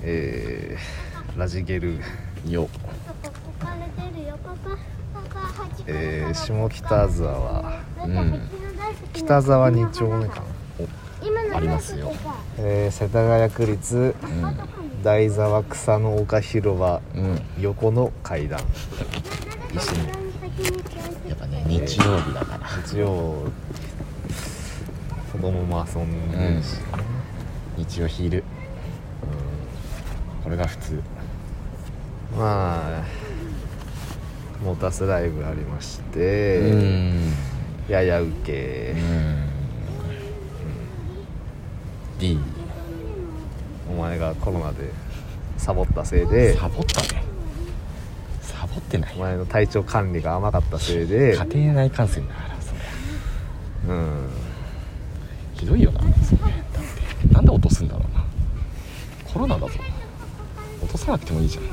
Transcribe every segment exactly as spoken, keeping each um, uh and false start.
えー、ラジゲルよ、えー、下北沢は、うん、北沢に丁目かなありますよ、 えー、世田谷区立、うん、台沢草の丘広場、うん、横の階段一緒にやっぱね日曜日だから、 日曜子供も遊んでるし、 うん、日曜昼、うん、これが普通。 まあモータスライブありまして、うん、やや受け、うん、 D、 お前がコロナでサボったせいで、 サボったね、サボってない、 お前の体調管理が甘かったせいで、 家庭内感染だからそれ、うん、ひどいよなそれ。だってなんで落とすんだろうな、コロナだぞ、落とさなくてもいいじゃん。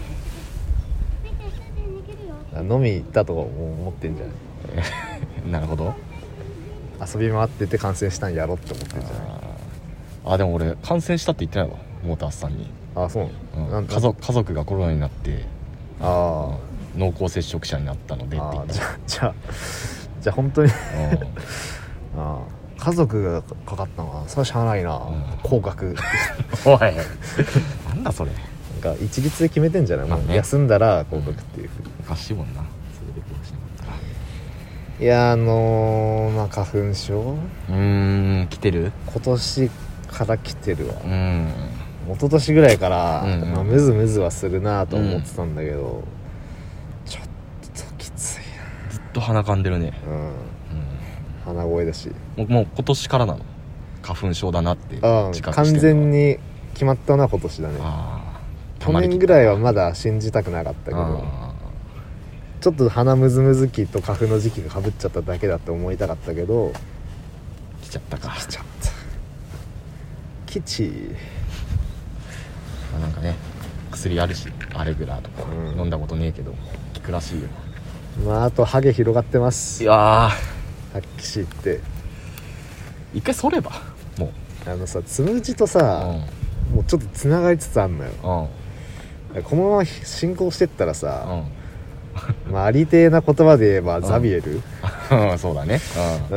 飲み行ったとか思ってんじゃないなるほど、 遊び回ってて感染したんやろって思ってんじゃない。 ああでも俺感染したって言ってないわ、モータースさんに。 ああそう、 うん、なん家族家族がコロナになってあ濃厚接触者になったのでって言った。 じゃじゃじゃ本当にあ家族がかかったのはそれはしゃあないな、うん、降格おいなんだそれ、 なんか一律で決めてんじゃない、まあね、休んだら降格っていうふうに、 うん、おかしいもんなそれでこうしなかったら。 いやあのー、まあ花粉症うーん来てる、 今年から来てるわ。 うん、 一昨年ぐらいから、 うんうん、 まあ、ムズムズはするなと思ってたんだけど、うん、ちょっときついな。 ずっと鼻かんでるね、 うんうん、鼻声だし、 もう、もう今年からなの花粉症だなって自覚してるのは。 完全に決まったのは今年だね。あ去年ぐらいはまだ信じたくなかったけど、ちょっと鼻ムズムズ期と花粉の時期が被っちゃっただけだって思いたかったけど、 来ちゃったか。 来ちゃったきち、 まあ、なんかね薬あるしアレグラとか、うん、飲んだことねえけど効くらしいよ。 まああとハゲ広がってます。 いやー発揮しって一回剃ればもうあのさつむじとさ、うん、もうちょっとつながりつつあんのよ、うん、このまま進行してったらさ、うんまあ、ありてえな言葉で言えば、うん、ザビエル、 うん、そうだね、うん、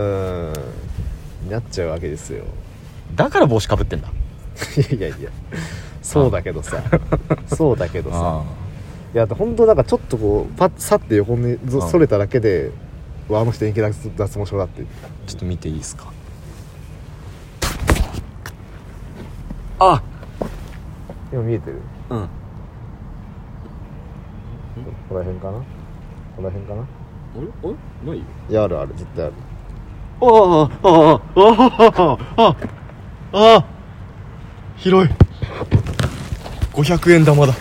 うんになっちゃうわけですよ。 だから帽子かぶってんだいやいやいやそうだけどさそうだけどさいや本当なんかちょっとこうパッサッて横にそれただけであの人円形脱毛症だって。 ちょっと見ていいですか。あ今見えてる。 うん。 この辺かなこの辺かな。あれあれないよ。 いやあるある絶対ある。 あああああああああ広いごひゃくえん玉だ。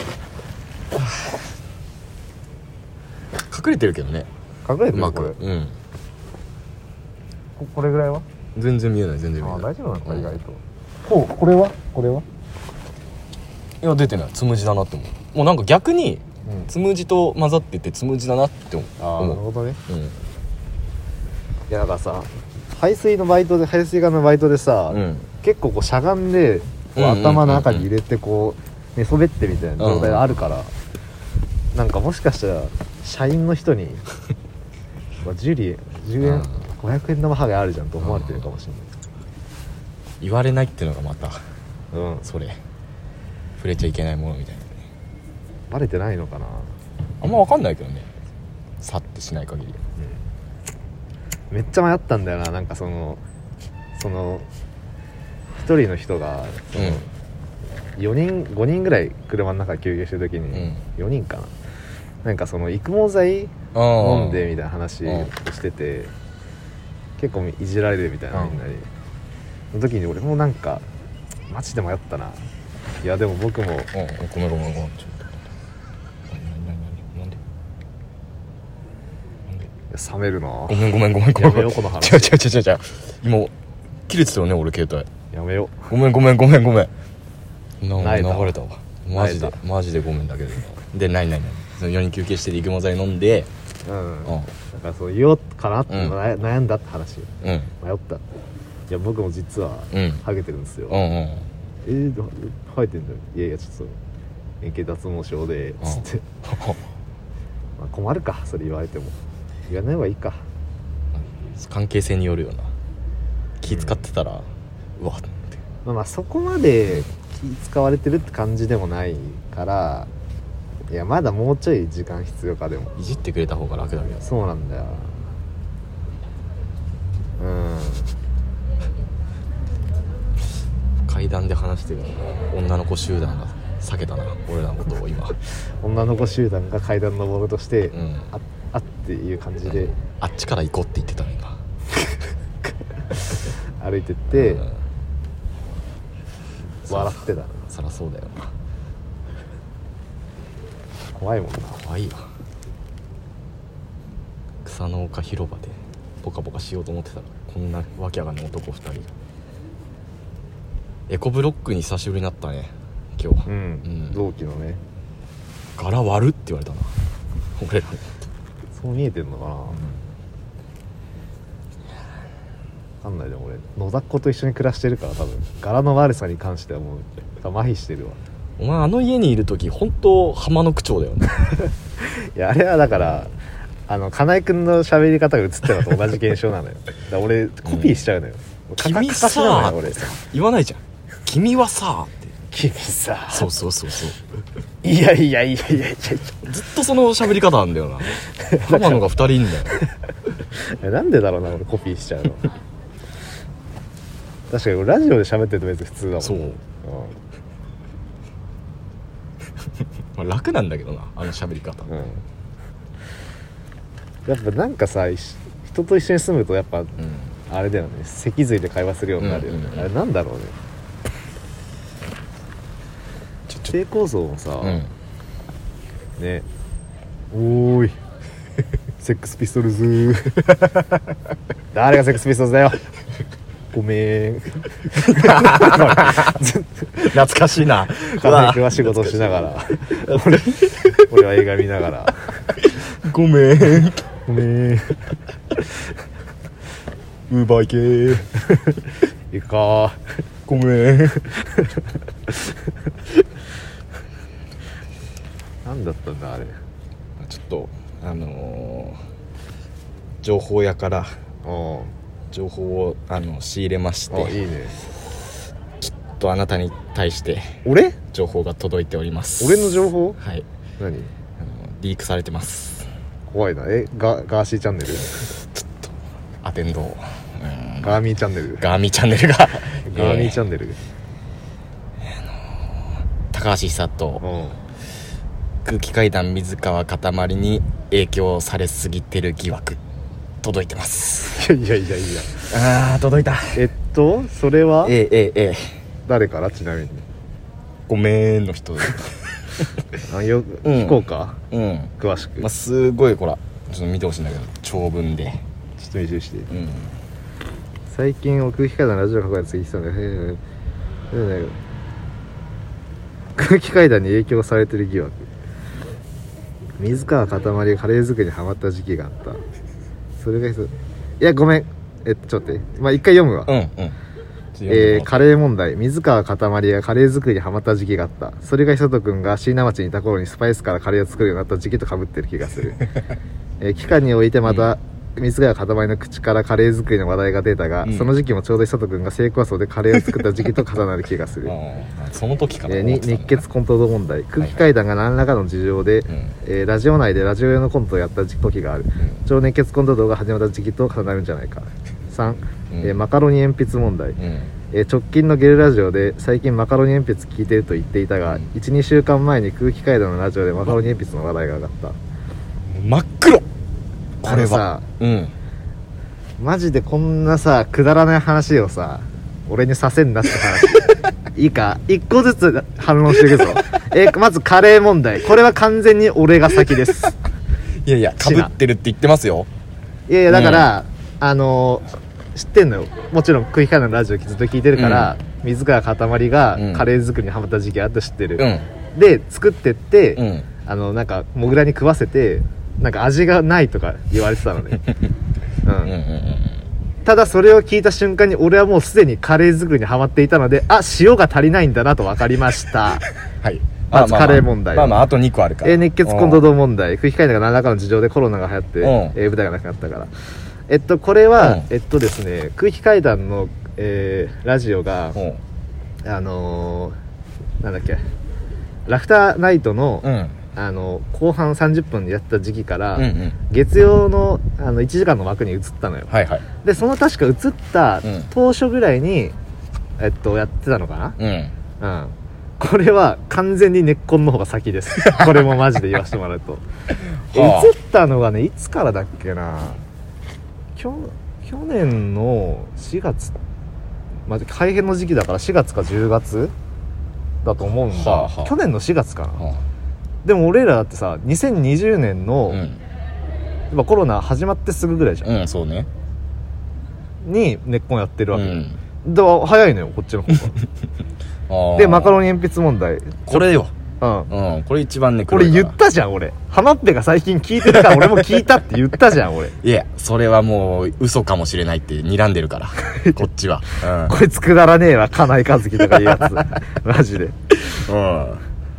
隠れてるけどね。 隠れてるうまく。うん。 こ, これぐらいは全然見えない全然見えない。 あ大丈夫なのか、うん、意外と。こうこれはこれはいや出てない。つむじだなって思う。もうなんか逆に、うん、つむじと混ざっててつむじだなって思う。 ああなるほどね。うん。いやなんかさ排水のバイトで排水管のバイトでさ、うん、結構こうしゃがんでこう頭の中に入れてこう寝そべってみたいな状態があるから、うん、なんかもしかしたら社員の人にジュリーじゅうえん、うん、ごひゃくえん玉ハゲあるじゃんと思われてるかもしれない。 言われないっていうのがまた、 うん、 それ触れちゃいけないものみたいなね。 バレてないのかな。 あんま分かんないけどねさってしない限り、 うん、めっちゃ迷ったんだよな。なんかそのその一人の人がその、うん、よにんごにんぐらい車の中で休憩してる時に、うん、よにんかななんかその育毛剤飲んでみたいな話をしてて結構いじられるみたいなみんなにの時に俺もなんかマジで迷ったな。いやでも僕も、うん、 ごめんごめんごめんちょっとなんでなんで冷めるな。 ごめんごめんごめんごめんやめようこの話。 違う違う違う違う今切れてたよね俺携帯。 やめよう。ごめんごめんごめんごめんな流れたわマジでマジでごめんだけどでないないないそのよにん休憩して育毛剤飲んでうん、うん、だからそう言おうかなって、うん、悩んだって話、うん、迷ったって。いや僕も実はハゲてるんですよ、 うんうん、 えー、生えてんだよ。いやいやちょっと円形脱毛症でつってまあ困るか、それ言われても。言わない方がいいか。 関係性によるよな。気使ってたら、うん、うわって、 まあ、まあそこまで気使われてるって感じでもないから、いやまだもうちょい時間必要か。でもいじってくれた方が楽だけど。 そうなんだよ。うん階段で話してる女の子集団が避けたな、俺らのことを今。 女の子集団が階段登ろうとして、 うん、 あ, あっていう感じで、うん、 あっちから行こうって言ってたの今歩いてって、うん、笑ってた。 そりゃそうだよな。 怖いもんな。 怖いわ。草の丘広場でポカポカしようと思ってたら、こんなわけわかんない男ふたり。エコブロックに久しぶりになったね今日。 うん、うん、同期のね。 柄割るって言われたな俺ら。 そう見えてんのかな、うん、分かんない。でも俺野田っ子と一緒に暮らしてるから、多分柄の悪さに関してはもう麻痺してるわ。 お前あの家にいる時本当浜の口調だよねいやあれはだからあの金井君の喋り方が映ってるのと同じ現象なのよ。だから俺コピーしちゃうのよ、 うん、君さー俺さ言わないじゃん。君はさーって君さそうそうそうそういやいやいやいやいやずっとその喋り方なんだよな浜野がふたりいんだよなんでだろうな俺コピーしちゃうの確かに俺ラジオで喋ってると別に普通だもん。 そう、うん、まあ楽なんだけどなあの喋り方、うん、 やっぱなんかさ人と一緒に住むとやっぱ、うん、あれだよね、脊髄で会話するようになるよね、うんうんうん、あれなんだろうね。低構造もさ、うん、ね、おーいセックスピストルズ誰がセックスピストルズだよごめん懐かしいな。 金井君は仕事しながら俺, 俺は映画見ながらごめんごめんウーバー行け行くかごめん何だったんだあれ。 ちょっとあのー、情報屋から情報をあの仕入れまして。 あいいね。 ちょっとあなたに対して俺情報が届いております。 俺の情報？ はい。 何？あのリークされてます。 怖いな。えガガーシーチャンネル？ちょっとアテンド、うん、 ガーミーチャンネル？ ガーミーチャンネルがガーミーチャンネル、 えー、あのー、高橋久人空気階段水川かたまりに影響されすぎてる疑惑届いてます。 いやいやいやいやあー届いた。 えっとそれはええええ誰からちなみに。 ごめんの人あよ、うん、聞こうか、 うん、 詳しく、 まあ、すごいほらちょっと見てほしいんだけど長文でちょっと見せして、うん、 最近空気階段ラジオ書くやつ聞いてたんだけど空気階段に影響されてる疑惑。水川かたまりがカレー作りにハマった時期があった。それがいやごめんえっとちょっと待って、まあ、一回読むわ。 うんうん。 えー、カレー問題。水川かたまりがカレー作りにハマった時期があった。それが久人くんが椎名町にいた頃にスパイスからカレーを作るようになった時期と被ってる気がする、えー、期間においてまた、うん、水川かたまりの口からカレー作りの話題が出たが、うん、その時期もちょうど久人くんが成功層でカレーを作った時期と重なる気がするその時から、 えー、日血コント問題。空気階段が何らかの事情で、はいはい、えー、ラジオ内でラジオ用のコントをやった時がある、うん、超熱血コント動画が始まった時期と重なるんじゃないか。さん、うんえー、マカロニ鉛筆問題、うんえー、直近のゲルラジオで最近マカロニ鉛筆聞いてると言っていたが、うん、いちにしゅうかんまえに空気階段のラジオでマカロニ鉛筆の話題が上がった。 真っ黒これはさ、うん、マジでこんなさくだらない話をさ俺にさせんなって話いいか一個ずつ反論していくぞえー、まずカレー問題。これは完全に俺が先ですいやいや被ってるって言ってますよ。 いやいやだから、うん、あのー知ってんのよ。もちろん空気階段のラジオずっと聞いてるから、うん、水川かたまりがカレー作りにハマった時期あって知ってる、うん、で作ってって、うん、あのなんかモグラに食わせてなんか味がないとか言われてたのねうん、うんうんうん、 ただそれを聞いた瞬間に俺はもうすでにカレー作りにハマっていたので、あ、塩が足りないんだなと分かりましたはいまずカレー問題、 まあまああとにこあるから、 えー、熱血コント道問題、空気階段が何らかの事情でコロナが流行って、えー、舞台がなくなったから、えっとこれはえっとですね空気階段の、えー、ラジオがあのー、なんだっけラフターナイトの、うん、あの後半さんじゅっぷんでやった時期から、うんうん、月曜 の, あのいちじかんの枠に移ったのよ、はいはい、でその確か移った当初ぐらいに、うんえっと、やってたのかな、うんうん、これは完全に根っこんの方が先ですこれもマジで言わせてもらうと移ったのがねいつからだっけな去年のしがつ、まあ、改編の時期だからしがつかじゅうがつだと思うんだ、はあはあ、去年のしがつかな、はあ、でも俺らだってさにせんにじゅうねんの、うん、コロナ始まってすぐぐらいじゃん、うん、そうねに根っこんやってるわけ、うんだから早いのよこっちの方がでマカロニ鉛筆問題これようん、うん、これ一番ねこれ言ったじゃん俺ハマっぺが最近聞いてるから俺も聞いたって言ったじゃん俺いやそれはもう嘘かもしれないって睨んでるからこっちは、 うん、こいつくだらねえわ金井和樹とかいうやつマジでうん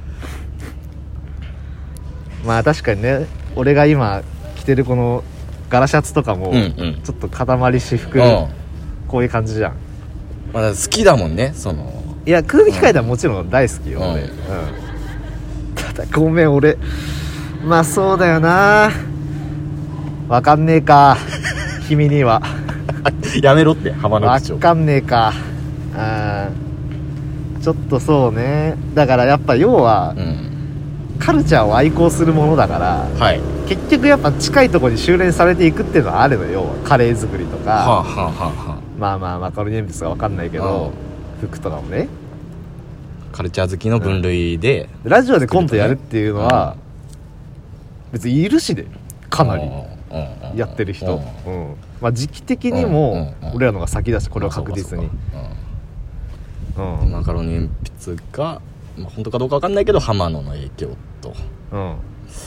まあ確かにね俺が今着てるこの柄シャツとかも、うんうん、ちょっと塊私服、うん、こういう感じじゃんまあ、好きだもんねそのいや空気階段もちろん大好きよ、うん俺うん、ただごめん俺まあそうだよなわかんねえか君にはやめろって浜の口調わかんねえかあちょっとそうねだからやっぱ要は、うん、カルチャーを愛好するものだから、はい、結局やっぱ近いところに修練されていくっていうのはあるのよカレー作りとか、はあはあはあまあまあマカロニ鉛筆が分かんないけど服とかもねカルチャー好きの分類で、 うん、ラジオでコントやるっていうのは、うん、別にいるしでかなりやってる人、うんうんまあ、時期的にも俺らのが先だしこれは確実に、 うんうん、マカロニ鉛筆が、まあ、本当かどうか分かんないけど浜野の影響と、うん、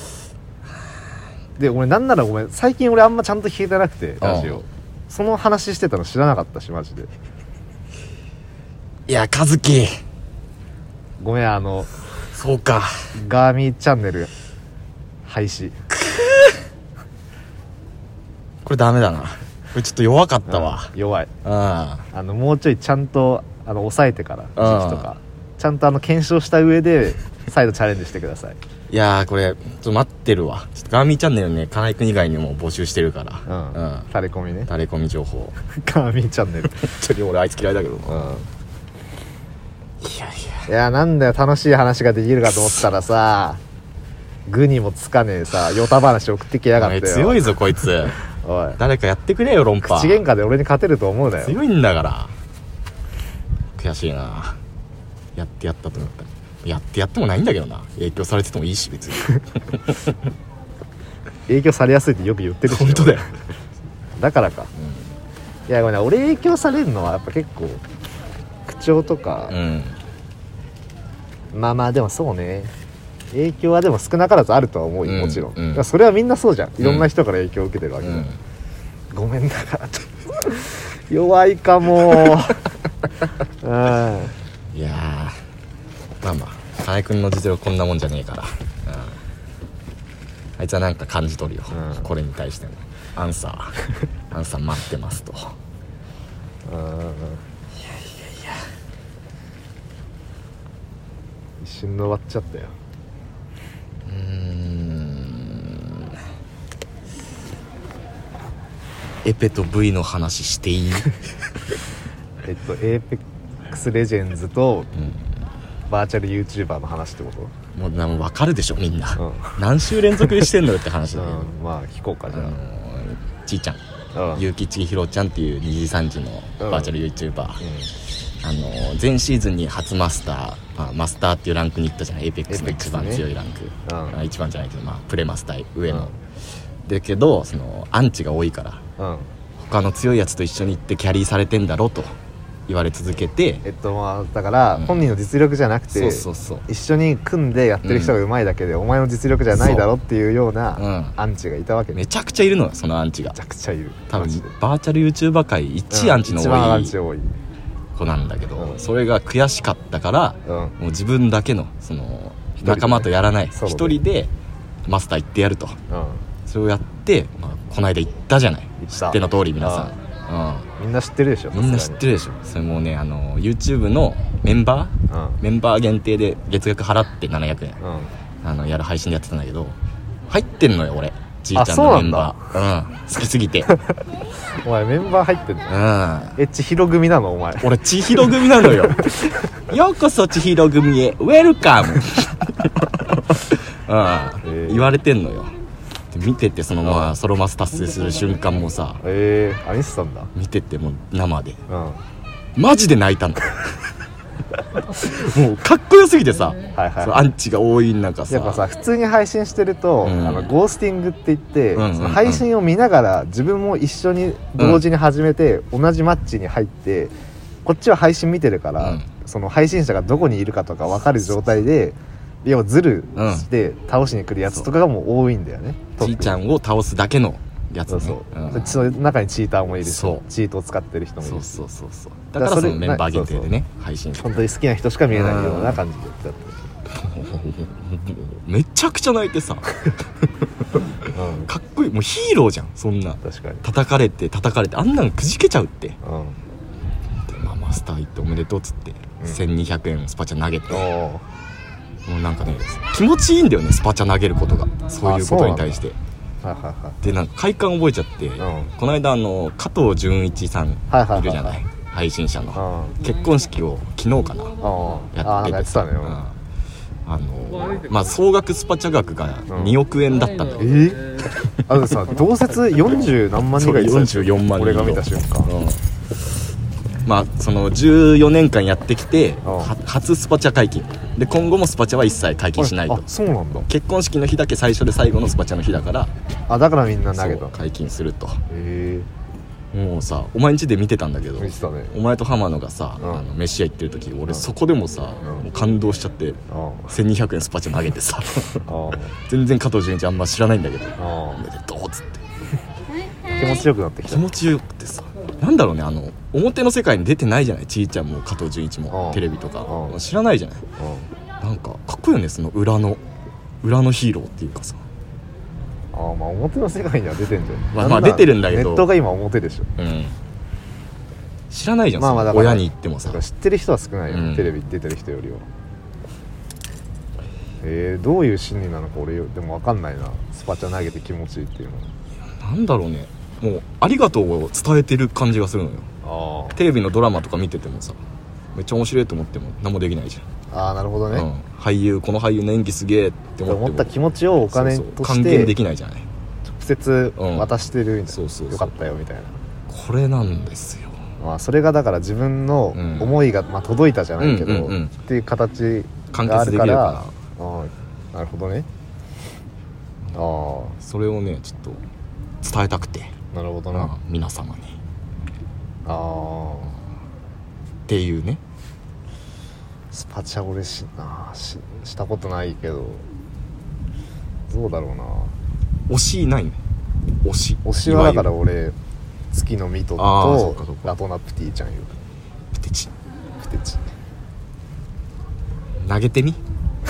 で俺なんならごめん最近俺あんまちゃんと聞いてなくてラジオその話してたの知らなかったしマジでいや和樹ごめんあのそうかガーミーチャンネル廃止これダメだなこれちょっと弱かったわ、 うん、弱いああのもうちょいちゃんとあの抑えてから時期とかちゃんとあの検証した上で再度チャレンジしてくださいいやーこれちょっと待ってるわちょっとガーミーチャンネルね金井君以外にも募集してるからうん、うん、タレコミねタレコミ情報ガーミーチャンネル本当に俺あいつ嫌いだけどな、うん、いやいやいやなんだよ楽しい話ができるかと思ったらさ具にもつかねえさヨタ話送ってきやがってよ強いぞこいつおい誰かやってくれよ論破口喧嘩で俺に勝てると思うなよ強いんだから悔しいなやってやったと思ったやってやってもないんだけどな影響されててもいいし別に影響されやすいってよく言ってるし本当だよだからか、うん、いやごめん俺影響されるのはやっぱ結構口調とか、うん、まあまあでもそうね影響はでも少なからずあるとは思うよ、うん、もちろん、うん、だからそれはみんなそうじゃんいろんな人から影響を受けてるわけ、うん、ごめんだからちょっと弱いかもうんいやまあまあ金井君の実力こんなもんじゃねえから、うん、あいつはなんか感じ取るよ、うん、これに対してのアンサーアンサー待ってますとうんいやいやいや一瞬で終わっちゃったようーんエペと V の話していいえっとエーペックスレジェンズと、うんバーチャル YouTuber の話ってこともうもう分かるでしょみんな、うん、何週連続でしてんのよって話だよ、 うん、まあ聞こうかじゃあ、あのー、 ちいちゃん、うん、ゆうきちひろちゃんっていうにじさんじのバーチャル YouTuber、うんうん、あのー、前シーズンに初マスター、まあ、マスターっていうランクに行ったじゃん エーペックスの一番強いランク、ねうん、一番じゃないけど、まあ、プレマスター上の、うん、だけどそのアンチが多いから、うん、他の強いやつと一緒に行ってキャリーされてんだろと言われ続けて、 えっとまあだからうん本人の実力じゃなくて、 そうそうそう一緒に組んでやってる人が上手いだけで、お前の実力じゃないだろっていうようなうんアンチがいたわけで、 めちゃくちゃいるのよそのアンチが。 めちゃくちゃいる多分マジでバーチャル YouTuber 界一アンチのうん一番ア多いンチ多い、 子なんだけど、 うんそれが悔しかったからうんもう自分だけのその一人でね仲間とやらないソロで一人でマスター行ってやると、 うん、 それをやって、まあ、この間言ったじゃない、 言った知っての通り皆さん、 みんな知ってるでしょ、 うん、みんな知ってるでしょ。それもうねあの YouTube のメンバーる、うんメンバー限定で月額払ってななひゃくえんうん、 あのやる配信でやってたんだけど、入ってんのよ俺ちーちゃんのメンあそうなんだバー、うん、好きすぎてお前メンバー入ってんの、 うんえ千尋組なのお前俺千尋組なのよようこそ千尋組へウェルカムうん、 ー言われてんのよ。で見ててそのまあソロマス達成する瞬間もさえー、あ見てたんだ、 見ててもう生でうん、 マジで泣いたのもうかっこよすぎてさ、 はいはいそのアンチが多い中さやっぱさ普通に配信してると、 うんあのゴースティングって言って、 うんうんうんその配信を見ながら自分も一緒に同時に始めて、同じマッチに入ってこっちは配信見てるから、 うんその配信者がどこにいるかとか分かる状態で要はズルして倒しに来るやつとかがもう多いんだよね、 ちーちゃんを倒すだけのやつね、 そうそう、 うんでその中にチーターもいるしそうチートを使ってる人もいるし、 そうそうそうそうだからそのメンバー限定でね配信して本当に好きな人しか見えないような感じでやってめちゃくちゃ泣いてさた、うん、 かっこいいもうヒーローじゃんそんな確かに、 叩かれて叩かれてあんなのくじけちゃうってで、 うん、 まあ、マスター行っておめでとうっつって、 うんせんにひゃくえんスパチャ投げておーもうなんかね気持ちいいんだよねスパチャ投げることがそういうことに対してはいはいはいでなんか快感覚えちゃって、 んこの間あの加藤純一さんいはいはいはいはいるじゃない、配信者のうん結婚式を昨日かなあやあなんかっててやってたね、 うんあのまあ総額スパチャ額がにおくえんだったんだよ、 えー、あのさ同説よんじゅう何万人がいてたよんじゅうよんまん人俺が見た瞬間、 うんまあそのじゅうよねんかんやってきてうんは初スパチャ解禁で今後もスパチャは一切解禁しないとあそうなんだ、 結婚式の日だけ最初で最後のスパチャの日だからあだからみんな投げた、 そう解禁するとえもうさお前ん家で見てたんだけどー、見てたね、 お前と浜野がさ、 うんあの飯屋行ってる時俺うんそこでもさ、 うんもう感動しちゃってあせんにひゃくえんスパチャ投げてさあ全然加藤純一あんま知らないんだけどあおめでとうっつって気持ちよくなってきた、 気持ちよくてさなんだろうねあの表の世界に出てないじゃないちーちゃんも加藤純一もうんテレビとかうん知らないじゃないうんなんかかっこいいよねその裏の裏のヒーローっていうかさああまあ表の世界には出てんじゃん、 まあまあなんなら出てるんだけどネットが今表でしょ、 うん知らないじゃん、 まあまあだから親に言ってもさだから知ってる人は少ないよ、 うんテレビに出てる人よりはえー、どういう心理なのか俺でも分かんないなスパチャ投げて気持ちいいっていうのなんだろうねもうありがとうを伝えてる感じがするのよはテレビのドラマとか見ててもさめっちゃ面白いと思っても何もできないじあああなるほどね、 ゃん、うん、俳優この俳優の演技すげえって思っても思った気持ちをお金そうそうとし還元でてきないじゃない直接うん渡してるみたいな、 そうそうそうよかったよみたいな、 これなんですよまあ、それがだから自分の思いが、まあ、届いたじゃないけど、 うんうんうんっていう形完があるから結できるからああなるほどねあそれをねちょっと伝えたくて、 あなるほどうんな、 皆様にっああていうねスパチャ俺しなししたことないけどどうだろうな推しいないね推し推しはだからいわ俺月のミトあーそっかそとっかラトナプティちゃんよゆるプテチプテチ投げてみ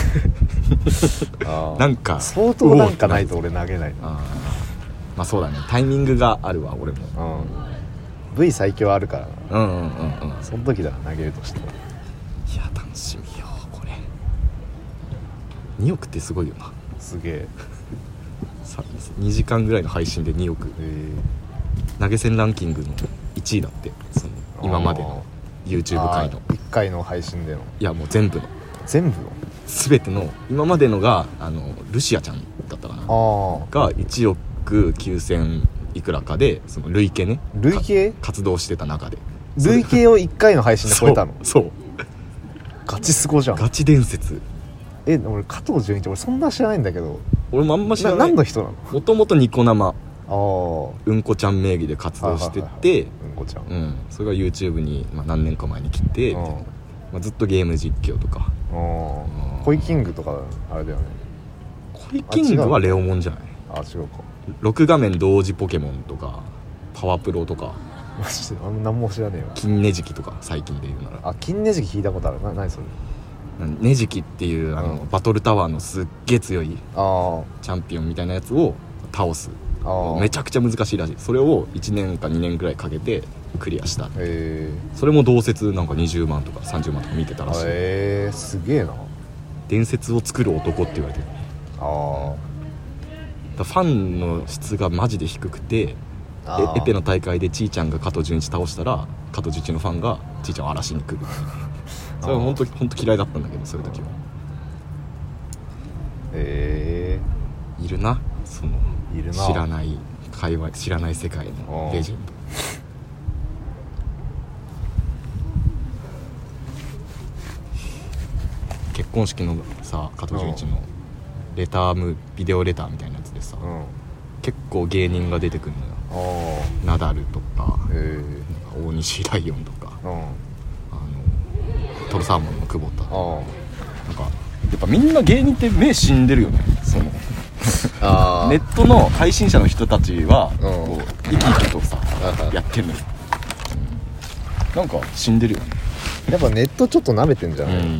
あーなんか相当なんかないと俺投げないなあーまあそうだねタイミングがあるわ俺もうん V 最強あるからなうんうんうんうんその時だ投げるとしたらいや楽しみよこれにおくってすごいよなすげえさにじかんぐらいの配信でにおくえ投げ銭ランキングのいちいだってその今までの YouTube 界のいっかいの配信でのいやもう全部の全部の全ての今までのがあのルシアちゃんだったかなあがいちおくきゅうせんいくらかでその累計ね累計か活動してた中で累計をいっかいの配信で超えたのそうそうガチすごじゃんガチ伝説え俺加藤純一俺そんな知らないんだけど俺もあんま知らなない何の人なのもともとニコ生あああうんこちゃん名義で活動してって、 はいはいはいはい、うんこちゃん、 うん、それが YouTube に、まあ、何年か前に来て、まあ、ずっとゲーム実況とか。 コイキングとかあれだよね。 コイキングはレオモンじゃない？ あ違うか。 ろく画面同時ポケモンとかパワプロとかマジであん何も知らねえわ。 金ネジキとか最近で言うなら。 あ金ネジキ聞いたことある。な何それ。 ネジキっていうあの、うん、バトルタワーのすっげえ強いあチャンピオンみたいなやつを倒す。 あめちゃくちゃ難しいらしい。それをいちねんかにねんくらいかけてクリアした。 へえ。 それも同説なんかにじゅうまんとかさんじゅうまんとか見てたらしい。 へえすげえな。 伝説を作る男って言われてる。 ああファンの質がマジで低くて、エペの大会でちーちゃんが加藤純一倒したら加藤純一のファンがちーちゃんを荒らしに来るそれは本当本当嫌いだったんだけど、そういう時は。 へえいるな、そのいるな、 知らない界隈、知らない世界のレジェンド。結婚式のさ加藤純一のレタームビデオレターみたいなやつでさ、うん、結構芸人が出てくるのよ。ナダルとか、大西ライオンとか、うん、あのトロサーモンの久保田、なんかやっぱみんな芸人って目死んでるよね。そのあネットの配信者の人たちは、うん、こう生き生きとさやってんのよ、うん、なんか死んでるよね。 やっぱネットちょっと舐めてんじゃない、うん、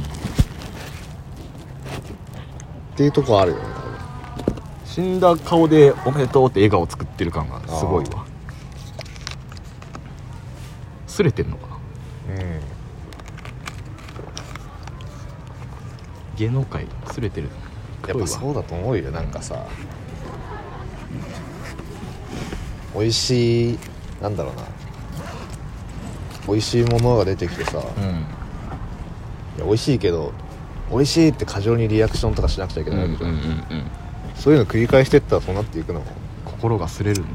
っていうとこあるよね。 死んだ顔でおめでとうって笑顔作ってる感がすごいわ。すれてんのかな。うん芸能界すれてる。 やっぱそうだと思うよ。なんかさ美味しいなんだろうな美味しいものが出てきてさ、うん、いや美味しいけど美味しいって過剰にリアクションとかしなくちゃいけないわけじゃん、うんうんうんうん、そういうの繰り返してったらそうなっていくのも心が擦れるんだ、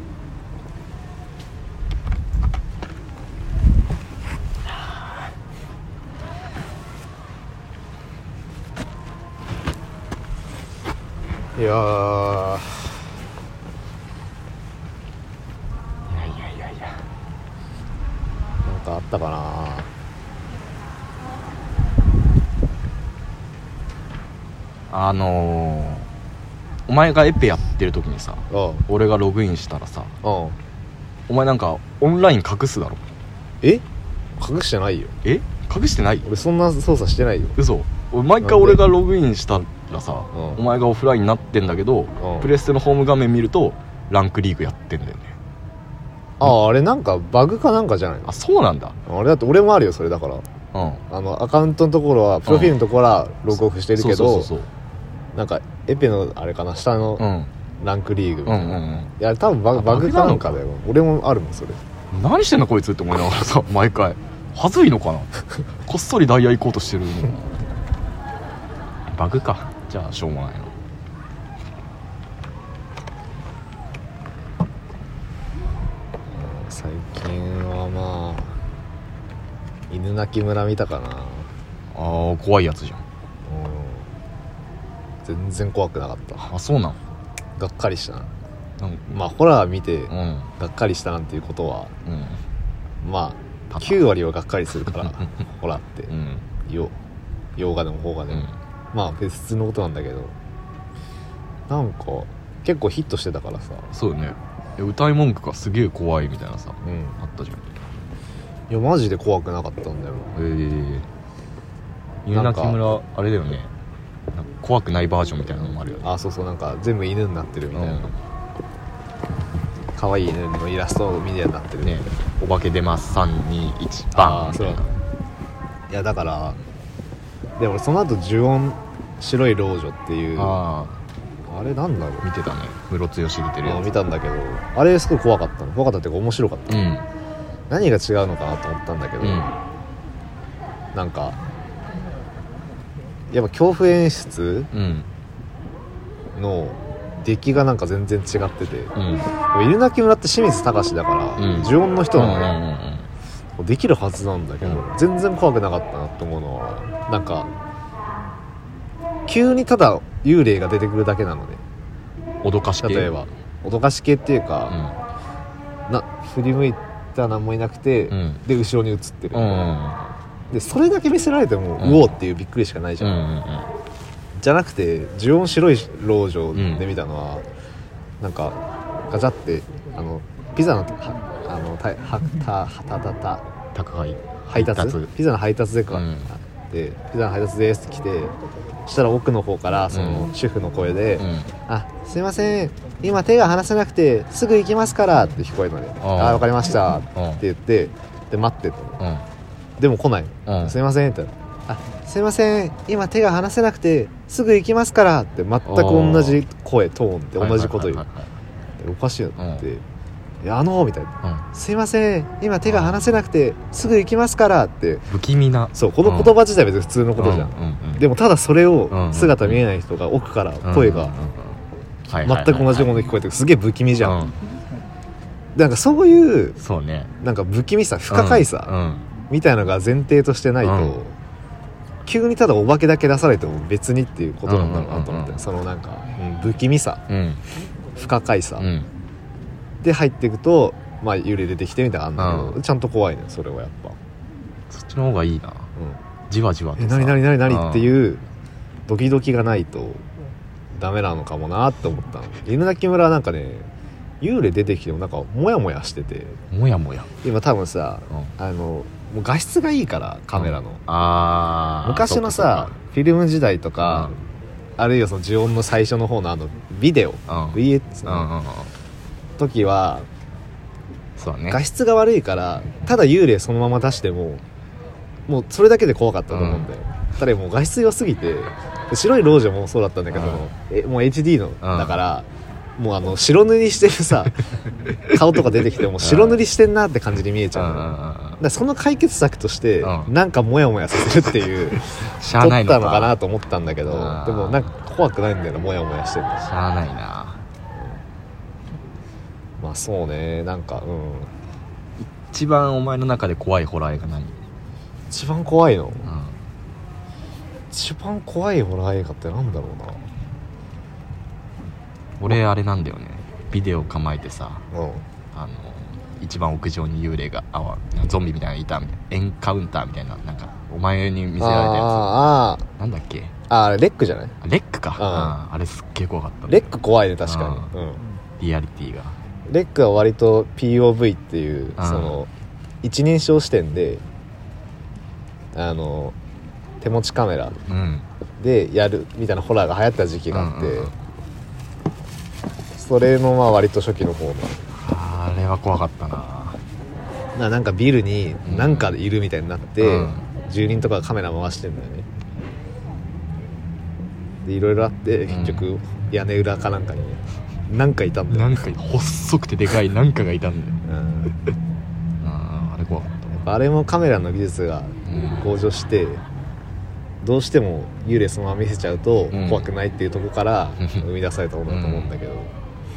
うん、いやーいやいやいやいやなんかあったかな。 あのー、お前がエペやってる時にさ、俺がログインしたらさ、お前なんかオンライン隠すだろ。 え隠してないよ。 え隠してない？ 俺そんな操作してないよ。 嘘。毎回俺がログインしたらさ、お前がオフラインになってんだけど、プレステのホーム画面見るとランクリーグやってんだよね。 あああれなんかバグかなんかじゃないの。 あそうなんだ。 あれだって俺もあるよそれだから、うん、あのアカウントのところはプロフィールのところはログオフしてるけど、なんかエペのあれかな下のランクリーグみたいな、うんうんうん、いや多分バグ、バグかなんかだよ。俺もあるもんそれ。 何してんのこいつって思いながらさ毎回はずいのかなこっそりダイヤ行こうとしてるのバグか。じゃあしょうもないな。 最近はまあ犬鳴村見たかな。 ああ怖いやつじゃん。 全然怖くなかった。 あそうなん。 がっかりしたな。 なんまあホラー見て、うん、がっかりしたなんていうことは、うん、まあきゅうわりはがっかりするからホラーって、うん、よ洋画でも邦画でも、うん、まあ別普通のことなんだけどなんか結構ヒットしてたからさ。 そうね。歌い文句がすげえ怖いみたいなさ、うん、あったじゃん。 いやマジで怖くなかったんだよ。へえ。 犬鳴村あれだよね。なんか怖くないバージョンみたいなのもあるよね。 あそうそうなんか全部犬になってるみたいな、うん、可愛い犬のイラストみたいになってるね。お化け出ますさんにいちバーンみたいな。 いやだからでもその後呪音白い老女っていう あ, あれなんだろう見てたね。ムロツヨシ出てるやつ見たんだけどあれすごい怖かったの。怖かったっていうか面白かった、うん、何が違うのかなと思ったんだけど、うん、なんかやっぱ恐怖演出の出来がなんか全然違ってて、うん、犬鳴村って清水隆だから、うん、呪音の人なのね、うんうんうん、できるはずなんだけど、うん、全然怖くなかったなって思うのはなんか急にただ幽霊が出てくるだけなので、 脅かし系例えば脅かし系っていうか、うん、な振り向いたら何もいなくて、うん、で後ろに映ってる、うん、でそれだけ見せられても、うん、うおーっていうびっくりしかないじゃん、うんうんうん、じゃなくて呪音白い老女で見たのは、うん、なんかガチャってあのピザのあのたはたはたたた宅配配達ピザの配達でか、うん、でピザの配達ですって来て、そしたら奥の方からその主婦の声で、うん、あすいません今手が離せなくてすぐ行きますからって聞こえるので、あわかりましたって言ってで待ってと、うん、でも来ない、うん、すいませんってあすいません今手が離せなくてすぐ行きますからって全く同じ声トーンで同じこと言う、はいはいはいはい、おかしいなって、うんいやあのーみたいな、うん、すいません今手が離せなくてすぐ行きますからって不気味なそうこの言葉自体は別に普通のことじゃん、うんうんうん、でもただそれを姿見えない人が奥から声が全く同じものに聞こえてすげえ不気味じゃん、うん、なんかそういうそうねなんか不気味さ不可解さ、うんうん、みたいなのが前提としてないと、うん、急にただお化けだけ出されても別にっていうことなんだろうなと思って、うんうんうんうん、そのなんか、うん、不気味さ、うん、不可解さ、うんで入っていくとまあ幽霊出てきてみたいなのあんだけど、うん、ちゃんと怖いねそれはやっぱそっちの方がいいな、うん、じわじわとさえ何何何何っていうドキドキがないとダメなのかもなって思ったの。犬鳴村はなんかね幽霊出てきてもなんかモヤモヤしててモヤモヤ今多分さ、うん、あのもう画質がいいからカメラの、うん、 あ昔のさフィルム時代とか、うん、あるいはその呪音の最初の方のあのビデオ、うん、ブイエックス の、うんうんうん時はそうね画質が悪いからただ幽霊そのまま出してももうそれだけで怖かったと思うんだよ、うん、ただもう画質良すぎて白い老女もそうだったんだけど、うん、えもう エイチディー の、うん、だからもうあの白塗りしてるさ顔とか出てきても白塗りしてんなって感じに見えちゃうの、うん、だからその解決策として、うん、なんかモヤモヤさせるっていうしゃあないのか撮ったのかなと思ったんだけどでもなんか怖くないんだよなモヤモヤしてるのしゃあないなまあそうねなんかうん一番お前の中で怖いホラー映画何？ 一番怖いの、うん、一番怖いホラー映画ってなんだろうな俺あれなんだよねビデオ構えてさ、 うん、 あの一番屋上に幽霊があゾンビみたいなのいたみたいなエンカウンターみたいななんかお前に見せられたやつああなんだっけあレックじゃないレックかああれすっげえ怖かったレック怖いね確かに、うん、 リアリティがレックは割と ピーオーブイ っていうその一人称視点であの手持ちカメラでやるみたいなホラーが流行った時期があって、うんうん、それのまあ割と初期の方のあれは怖かったなななんかビルに何かいるみたいになって、うん、住人とかがカメラ回してんだよねでいろいろあって結局屋根裏かなんかにねなんかいたんだよなんか細くてでかいなんかがいたんだよ、うん、あ, あれ怖かった。 やっぱあれもカメラの技術が向上して、うん、どうしても幽霊そのまま見せちゃうと怖くないっていうところから生み出されたものだと思うんだけど、うん、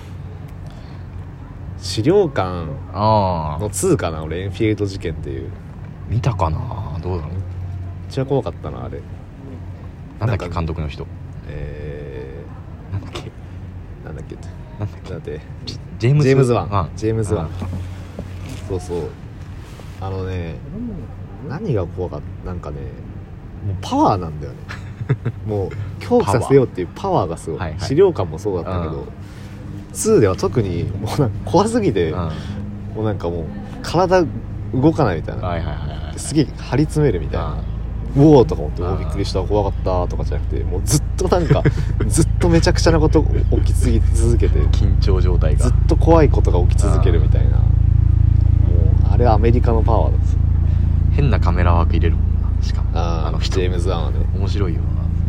資料館のにかな俺エンフィールド事件っていう見たかなどうだろうめっちゃ怖かったなあれなんだっけ監督の人えー、なんだっけなんだっけなんだっけだってジェームズ・ジェームズワンジェームズワンそうそうあのね何が怖かったなんかねもうパワーなんだよねもう恐怖させようっていうパワーがすごい、はいはい、資料館もそうだったけど、うん、にでは特にもうなんか怖すぎて、うん、もうなんかもう体動かないみたいな、 はいはいはいはい、 すげえ張り詰めるみたいな、うん、うおーとか思ってびっくりした怖かったとかじゃなくてもうずっとなんかずっとめちゃくちゃなこと起き続けて緊張状態がずっと怖いことが起き続けるみたいなもうあれはアメリカのパワーです変なカメラワーク入れるもんなしかもああのジェームズ・ワンはね面白いよな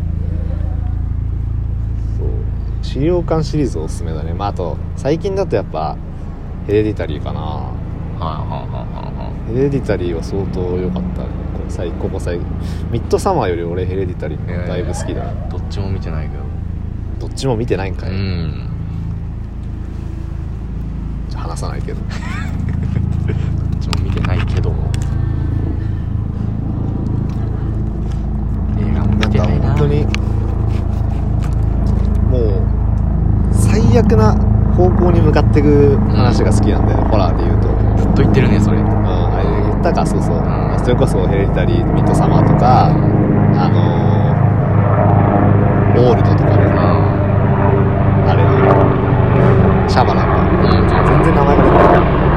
そう資料館シリーズおすすめだねまああと最近だとやっぱヘレディタリーかなはいはいはいはいヘレディタリーは相当良かったね最ここ最ミッドサマーより俺ヘレディタリーだいぶ好きだ、 えー、どっちも見てないけどどっちも見てないんかいうんじゃあ話さないけどどっちも見てないけど映画も見てないななんか本当にもう最悪な方向に向かっていく話が好きなんだよね、うん、ホラーで言うとずっと言ってるねそれ。うん、 あれ言ったか、そうそう、うん、それこそヘレディタリー、ミッドサマーとか、うん、あのー、オールドとかね、うん、あれのシャバなんだ、うん、全然名前が出てない。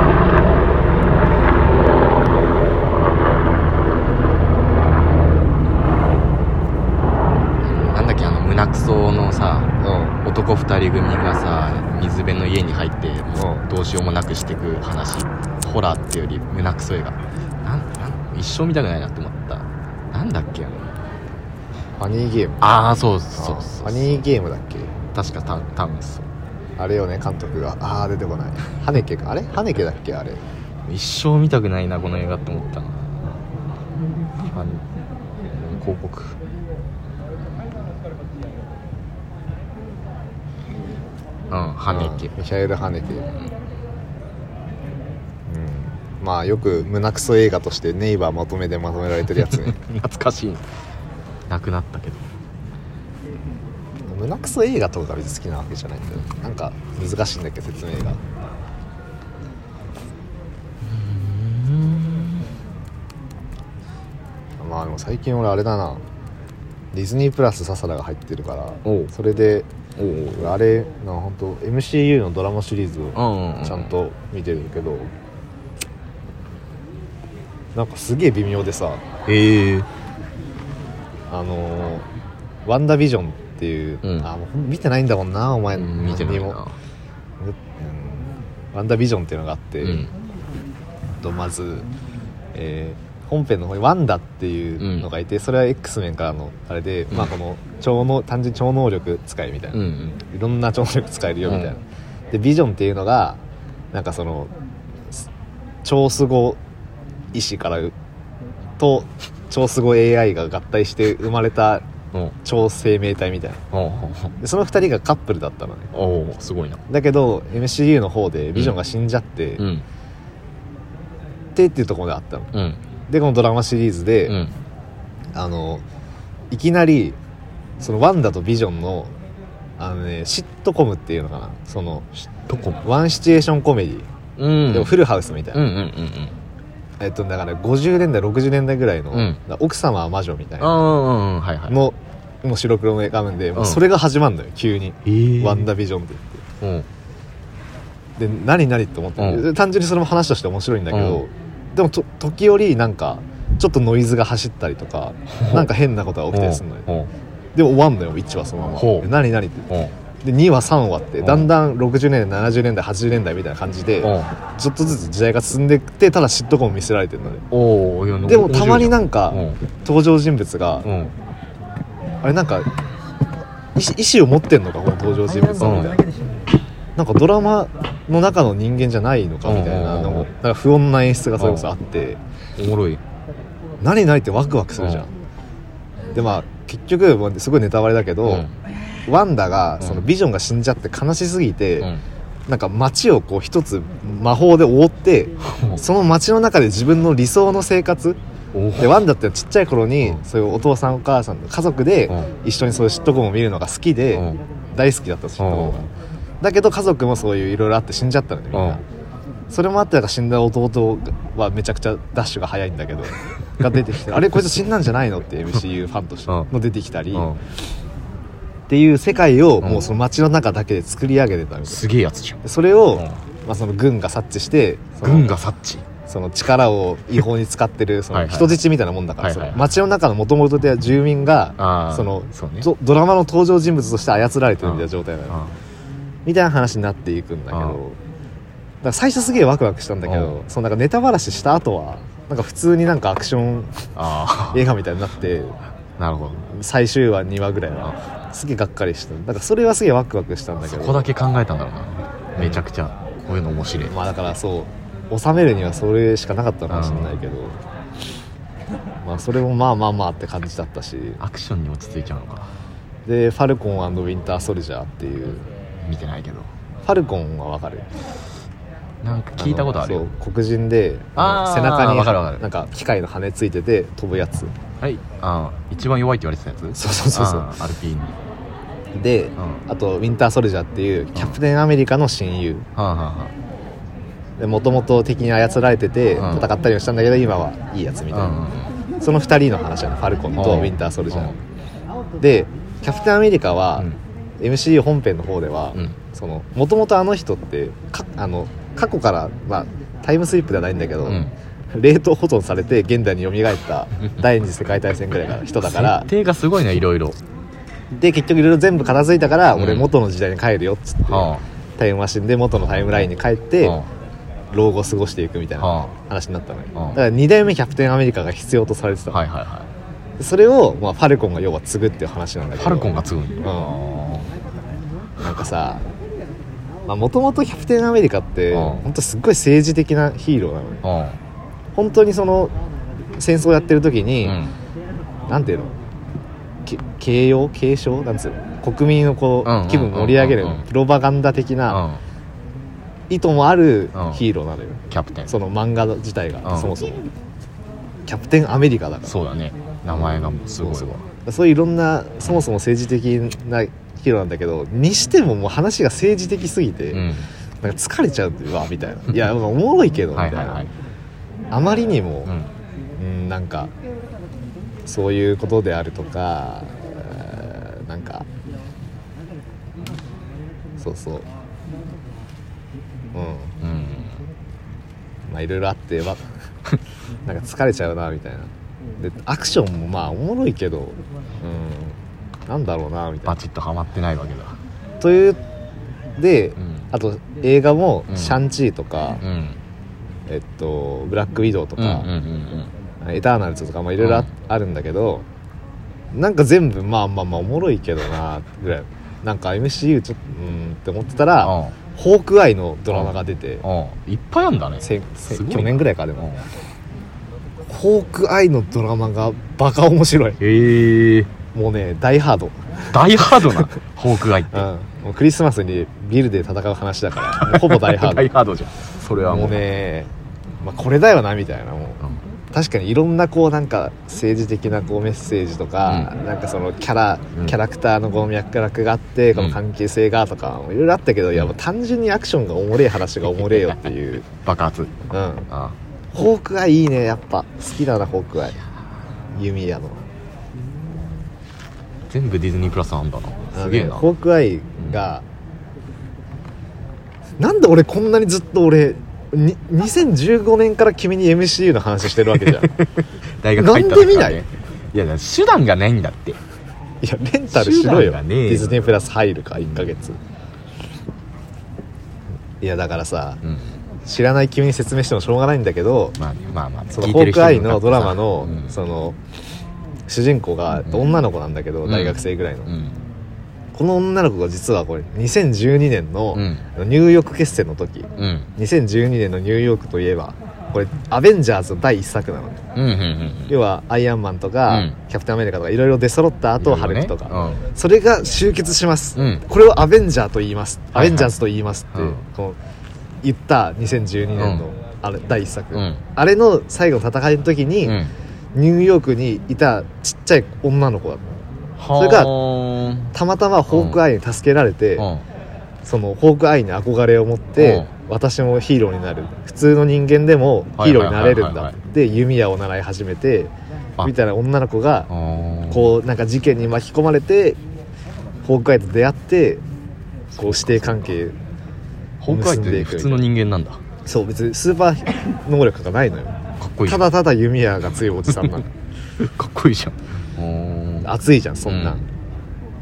胸クソのさ、うん、男二人組がさ水辺の家に入ってもうどうしようもなくしていく話、うん、ホラーっていうより胸クソ映画なんなん一生見たくないなって思った。なんだっけ、 ファニーゲーム。 ああそうそうそう、 ファニーゲームだっけ、 確かた多分そうあれよね、監督がああ出てこない、ハネケか、あれハネケだっけ、あれ一生見たくないなこの映画って思ったな。あの広告うん、ハネケ、 ミシャエル・ハネケ、うん、うん、まあよく胸クソ映画としてネイバーまとめでまとめられてるやつね懐かしい、なくなったけど。 胸クソ映画とかが別に好きなわけじゃないんだよ、なんか難しいんだけど説明が。うーん、まあでも最近俺あれだな、ディズニープラスササラが入ってるから、それでおうあれな、本当 エムシーユー のドラマシリーズをちゃんと見てるけど、なんかすげえ微妙でさ、 へえ、 あのー、ワンダービジョンっていう、うん、あもう見てないんだもんなお前、うん、 見てないな、うん、 ワンダービジョンっていうのがあって、うん、とまず、えー本編の方にワンダっていうのがいて、うん、それは X メンからのあれで、うん、まあこの超能単純超能力使いみたいな、うんうん、いろんな超能力使えるよみたいな、うん、でビジョンっていうのがなんかその超すご意志からと超すご エーアイ が合体して生まれた超生命体みたいな、うん、でそのふたりがカップルだったのね。 おすごいな。 だけど エムシーユー の方でビジョンが死んじゃって、うん、ってっていうところであったの、うん、でこのドラマシリーズで、うん、あのいきなりそのワンダとビジョンのあのねシットコムっていうのかな、そのシットコムワンシチュエーションコメディ、うん、でもフルハウスみたいな、うんうんうんうん、えっとだからごじゅうねんだいろくじゅうねんだいぐらいの、うん、奥様は魔女みたいなの、はいはい、もう白黒の画面で、うん、もうそれが始まるのよ急に、えー、ワンダビジョンって言って、うん、で何何って思って、うん、単純にそれも話として面白いんだけど、うんでもと時折なんかちょっとノイズが走ったりとかなんか変なことが起きたりするのよ。でも終わんのよいちわそのまま。何何ってでにわさんわってだんだんろくじゅうねんだいななじゅうねんだいはちじゅうねんだいみたいな感じでちょっとずつ時代が進んでいってただシットコム見せられてるので、おでもたまになんか登場人物があれなんか意思を持ってんのかこの登場人物はみたいな、なんかドラマの中の人間じゃないのかみたいなのもなんか不穏な演出がそれこそあっておもろい。 何々ってワクワクするじゃん。でまあ結局すごいネタバレだけど、うん、ワンダがそのビジョンが死んじゃって悲しすぎて、うん、なんか街をこう一つ魔法で覆ってその街の中で自分の理想の生活でワンダってちっちゃい頃にそういうお父さんお母さん家族で一緒にそういうシットコムを見るのが好きで大好きだったシットコムがだけど家族もそういういろいろあって死んじゃったのねみんな。それもあってか死んだ弟はめちゃくちゃダッシュが速いんだけどが出てきてあれこいつ死んだんじゃないのって エムシーユー ファンとしての出てきたりっていう世界をもうその街の中だけで作り上げてたみたいな。 すげえやつじゃん。 それをまあその軍が察知して軍が察知その力を違法に使ってるその人質みたいなもんだから、はいはい、街の中の元々で住民がそのそう、ね、ドラマの登場人物として操られてるみたいな状態なのみたいな話になっていくんだけど、だから最初すげえワクワクしたんだけど、そのなんかネタバラシした後はなんか普通になんかアクション映画みたいになって、 なるほど最終話にわぐらいはすげえがっかりした。だからそれはすげえワクワクしたんだけど、 そこだけ考えたんだろうな。めちゃくちゃこういうの面白い。 まあだからそう収めるにはそれしかなかったのかもしれないけど、まあそれもまあまあまあって感じだったし、 アクションに落ち着いちゃうのか。 でファルコン&ウィンターソルジャーっていう見てないけど、 ファルコンはわかる？ なんか聞いたことあるよ。 そう黒人で背中になんか機械の羽ついてて飛ぶやつ。 はい。ああ一番弱いって言われてたやつ。 そうそうそうそう。 アルピーにで、うん、あとウィンターソルジャーっていうキャプテンアメリカの親友、もともと敵に操られてて戦ったりもしたんだけど今はいいやつみたいな、うん、そのふたりの話なの、ファルコンとウィンターソルジャー、うん、でキャプテンアメリカは、うん、エムシーユー 本編の方ではもともとあの人ってかあの過去から、まあ、タイムスリップではないんだけど、うん、冷凍保存されて現代に蘇った第二次世界大戦ぐらいの人だから設定がすごいね、いろいろで結局いろいろ全部片付いたから、うん、俺元の時代に帰るよっつって、はあ、タイムマシンで元のタイムラインに帰って、はあ、老後過ごしていくみたいな話になったのよ、はあ、だからに代目キャプテンアメリカが必要とされてたの、はいはいはい、それを、まあ、ファルコンが要は継ぐっていう話なんだけど、 ファルコンが継ぐんだ、 うん、なんかさもともとキャプテンアメリカって本当すっごい政治的なヒーローなのよ、本当にその戦争やってる時に、うん、なんていうの形容継承なんつうの国民のこう、うん、気分盛り上げる、うん、プロパガンダ的な意図もあるヒーローなのよ、 うん、キャプテンその漫画自体が、うん、そもそもキャプテンアメリカだからそうだね、名前がもうすごいわ、そうそう、そういういろんなそもそも政治的なヒーローなんだけどにしてももう話が政治的すぎて、うん、なんか疲れちゃうわみたいないやおもろいけどみたいなはいはい、はい、あまりにも、うん、うんなんかそういうことであるとかなんかそうそううん、うん、まあいろいろあってわなんか疲れちゃうなみたいなでアクションもまあおもろいけど、うん、なんだろうなみたいなバチッとハマってないわけだというで、うん、あと映画もシャンチーとか、うん、えっとブラックウィドウとか、うんうんうんうん、エターナルズとかもいろいろあるんだけど、うん、なんか全部まあまあまあおもろいけどなぐらいなんか エムシーユー ちょっとうんって思ってたら、うん、ホークアイのドラマが出て、 うん、いっぱいあるんだねせせ去年ぐらいかでも、うん、ホークアイのドラマがバカ面白い。 へえ。 もうねダイハードダイハードなホークアイって、うん、 もうクリスマスにビルで戦う話だからもうほぼダイハードダイハードじゃんそれはもう、 もうね、まあ、これだよなみたいなもう、うん、確かにいろんなこうなんか政治的なこうメッセージとか、うん、なんかそのキャラ、うん、キャラクターのこう脈絡があってこの関係性がとかいろいろあったけど、うん、いやもう単純にアクションがおもれえ話がおもれえよっていう爆発、うん、 ああホークアイいいねやっぱ好きだなホークアイ弓矢の全部ディズニープラスあんだなすげえなホークアイが、うん、なんで俺こんなにずっと俺ににせんじゅうごねんから君に エムシーユー の話してるわけじゃん大学入った時からね、なんで見ない？いや手段がないんだって。いやレンタルしろよディズニープラス入るかいっかげつ、うん、いやだからさ、うん、知らない君に説明してもしょうがないんだけど、まあまあまあそのホークアイのドラマの、うん、その主人公が女の子なんだけど、うん、大学生ぐらいの、うん、この女の子が実はこれにせんじゅうにねんのニューヨーク決戦の時、うん、にせんじゅうにねんのニューヨークといえばこれアベンジャーズのだいいっさくなのね、うんうんうん、要はアイアンマンとか、うん、キャプテンアメリカとかいろいろ出揃った後、ね、ハルクとか、うん、それが集結します、うん、これをアベンジャーと言います、はいはい、アベンジャーズと言いますって、うん、この言ったにせんじゅうにねんのあれだいいっさく、うん、あれの最後の戦いの時に、うん、ニューヨークにいたちっちゃい女の子だったそれがたまたまホークアイに助けられて、うん、そのホークアイに憧れを持って、うん、私もヒーローになる普通の人間でもヒーローになれるんだって弓矢を習い始めてみたいな女の子がこうなんか事件に巻き込まれてホークアイと出会ってこう師弟関係ホークアイって普通の人間なんだそう別にスーパー能力がないのよかっこいいただただ弓矢が強いおじさんなのかっこいいじゃん熱いじゃんそんな、うん、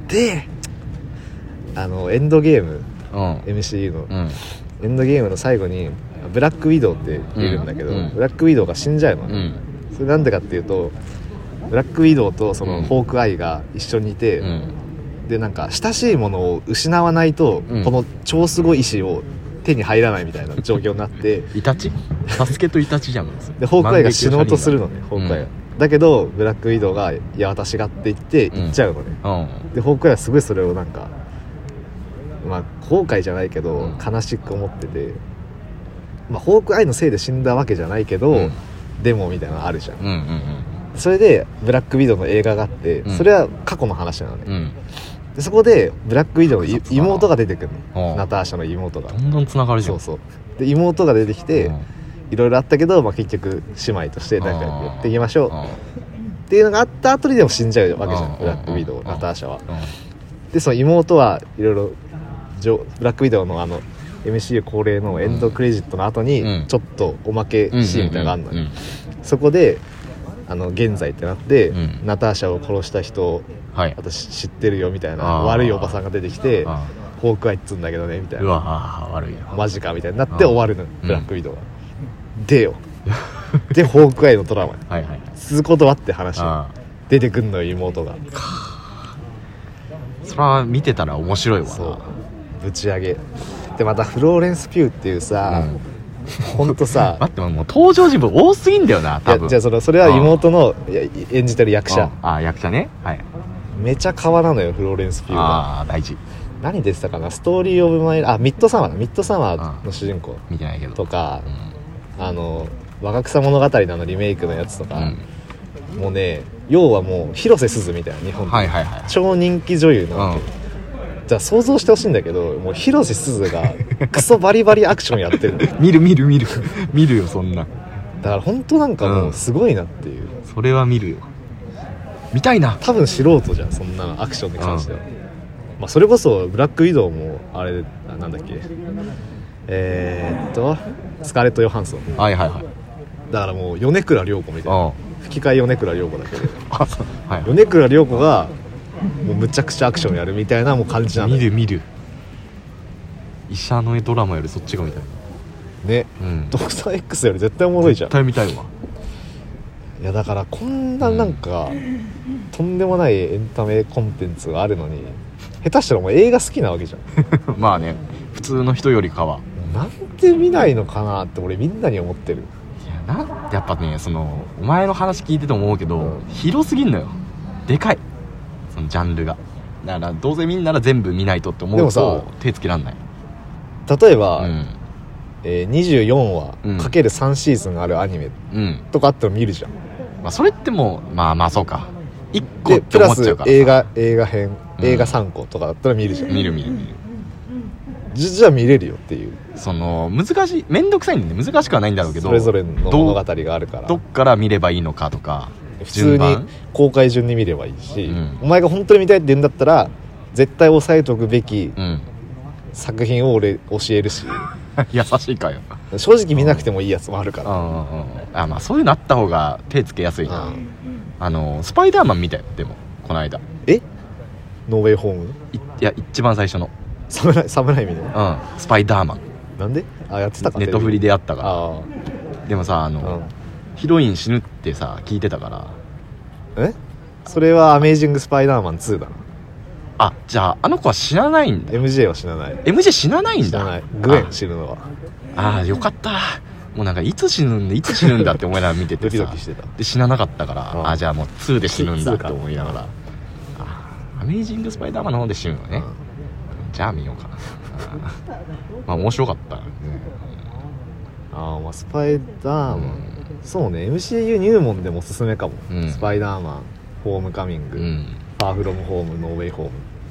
であのエンドゲーム、うん、エムシーユー の、うん、エンドゲームの最後にブラックウィドウっているんだけど、うん、ブラックウィドウが死んじゃうのね、うん、それなんでかっていうとブラックウィドウとそのホークアイが一緒にいて、うん、でなんか親しいものを失わないと、うん、この超すごい石を手に入らないみたいな状況になってイタチサスケとイタチじゃんでホークアイが死のうとするのねホークアイが、うん、だけどブラックウィドウがいや私がって言って行っちゃうのね、うんうん、でホークアイはすごいそれをなんかまあ後悔じゃないけど、うん、悲しく思ってて、まあ、ホークアイのせいで死んだわけじゃないけど、うん、でもみたいなのあるじゃん、うんうんうん、それでブラックウィドウの映画があって、うん、それは過去の話なのね、うん、 でそこでブラックウィドウの複雑だな妹が出てくるの、 うんナターシャの妹がどんどんつながるじゃん。 そうそうで妹が出てきて、 うんいろいろあったけど、まあ、結局姉妹としてなんかやっていきましょううんっていうのがあった後にでも死んじゃうわけじゃん、 うんブラックウィドウ、 うんナターシャは。 うんでその妹はいろいろジョブラックウィドウのあの エムシーユー 恒例のエンドクレジットの後にうんちょっとおまけシーンみたいなのがあるのよ、 うんうんうんそこであの現在ってなって、 うんナターシャを殺した人はい。 私知ってるよみたいなあー悪いおばさんが出てきてあホークアイっつうんだけどねみたいうなわ悪いよ。 マジかみたいになってあー終わるのうんブラックウィドウは、でよでホークアイのドラマにはいはいはい。 続くことはって話あ出てくんのよ妹があそれは見てたら面白いわな。 そうぶち上げでまたフローレンス・ピューっていうさ、 うんほんとさ待ってもう登場人物多すぎんだよな、 い多分。 やじゃあそれそれは妹のいや演じてる役者ああ役者ね。はい。 めちゃ可愛なのよフローレンス・ピューがああ大事。 何出てたかなストーリー・オブ・マイあミッドサマーだミッドサマーの主人公見てないけど。 とかうあの若草物語のあのリメイクのやつとか、 ん。 もうね要はもう広瀬すずみたいな日本で、 はいはいはい。 超人気女優なわけ、 うんじゃあ想像してほしいんだけどもう広瀬すずがクソバリバリアクションやってるのだ見る見る見る見るよそんな。 から本当なんかもうすごいなっていう、 それは見るよ。見たいな。 多分素人じゃんそんなアクションに関しては、まあ、それこそブラックウィドウもあれあなんだっけえー、っとスカーレット・ヨハンソンはいはいはい。 だからもう米倉涼子みたいなあ吹き替え米倉涼子だけどあそうはい。 米倉涼子がもうむちゃくちゃアクションやるみたいなもう感じなのよ見る見る。医者のドラマよりそっちが見たい。 ねうん。 ドクター X より絶対おもろいじゃん絶対見たいわ。 いやだからこんななんか、とんでもないエンタメコンテンツがあるのに下手したらもう映画好きなわけじゃんまあね普通の人よりかは。 なんで見ないのかなって俺みんなに思ってるいやなんやっぱねそのお前の話聞いてて思うけど、 うん広すぎんのよ。でかいそのジャンルが。だからどうせ見んなら全部見ないとって思うでもさと手つけらんない。 例えば、 うんえー、にじゅうよんわうんかけるさんシーズンあるアニメうん。 とかあったら見るじゃんまあそれってもうまあまあそうかいっこってでプラス思っちゃうからさ映画映画編うん映画さんことかだったら見るじゃん、 見る見る見る。 じじゃあ見れるよっていうその難しい面倒くさいんで難しくはないんだろうけどそれぞれの物どう語があるからどっから見ればいいのかとか普通に公開順に見ればいいし、 うんお前が本当に見たいって言うんだったら絶対押さえておくべきうん作品を俺教えるし優しいかよ。 正直見なくてもいいやつもあるから、 うんうんうんあまあそういうのあった方が手つけやすいな。 うんあのスパイダーマン見たよでもこの間。 えノーウェイホームいいや一番最初のサムライサムライミのうんスパイダーマンなんであやってたかネットフリでやったから。 あでもさああ、 のヒロイン死ぬってさ聞いてたからうん、えそれはアメイジングスパイダーマンツーだなあじゃああの子は死なないんだ。 エムジェー は死なないエムジェー 死なないんだ。 死なないグエン死ぬのはああよかったもうなんかいつ死ぬんでいつ死ぬんだって思いながら見ててドキさドキしてたで死ななかったからうんあじゃあもうツーで死ぬんだってツーか思いながらあアメイジングスパイダーマンの方で死ぬのね、 うんじゃあ見ようかなあまあ面白かった、ね、 ああまあスパイダーマン、 うんそうね エムシーユー 入門でもおすすめかも、 うんスパイダーマンホームカミング、 うんファーフロムホームノーウェイホーム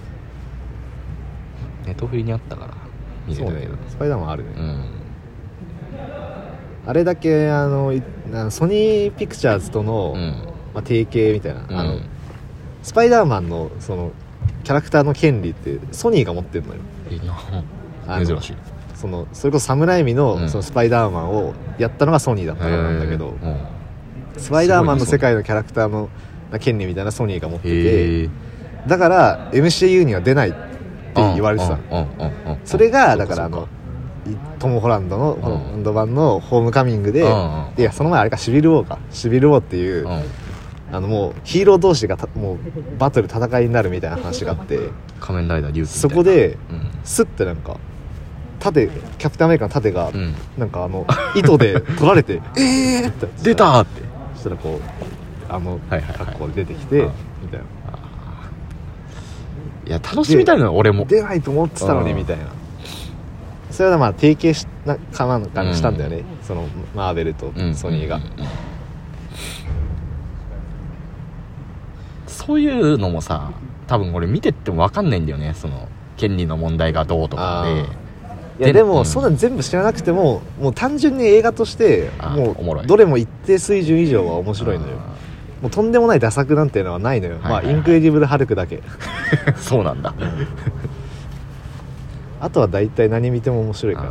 ネットフリにあったから見れそうねたけどスパイダーマンあるね、 うんあれだけあのいあのソニーピクチャーズとの、 うんまあ、提携みたいな、 うんあのスパイダーマンのそのキャラクターの権利ってソニーが持ってるのよいいなあの珍しいそのそれこそサムライミの,、 うんそのスパイダーマンをやったのがソニーだったからなんだけど、 へースパイダーマンのすごいね世界のキャラクターの権利みたいなソニーが持ってへてえだから エムシーユー には出ないって言われてたのうんうんうんうんそれがそうかだからあのいトム・ホランドのんホランド版のホームカミングで、 うんうんいやその前あれかシビル・ウォーかシビル・ウォーっていう、 うんあのもうヒーロー同士がたもうバトル戦いになるみたいな話があって仮面ライダー龍騎みたいなそこでうんスッてなんか盾キャプテンアメリカの盾が、 うんなんかあの糸で取られてえーって出たーってそしたらこうあのはいはいはい格好で出てきて、 うんみたいないや楽しみたいのよ俺も出ないと思ってたのにうんみたいなそれはまあ提携しなかなんかにしたんだよね、そのマーベルとうんソニーが、 うんうんうんそういうのもさ多分俺見てっても分かんないんだよね、その権利の問題がどうとかで。いやでも、うん、そんなの全部知らなくてももう単純に映画としてもうどれも一定水準以上は面白いのよ。もうとんでもないダ作なんていうのはないのよ、はいはいはい、まあインクレディブルハルクだけそうなんだあとは大体何見ても面白いから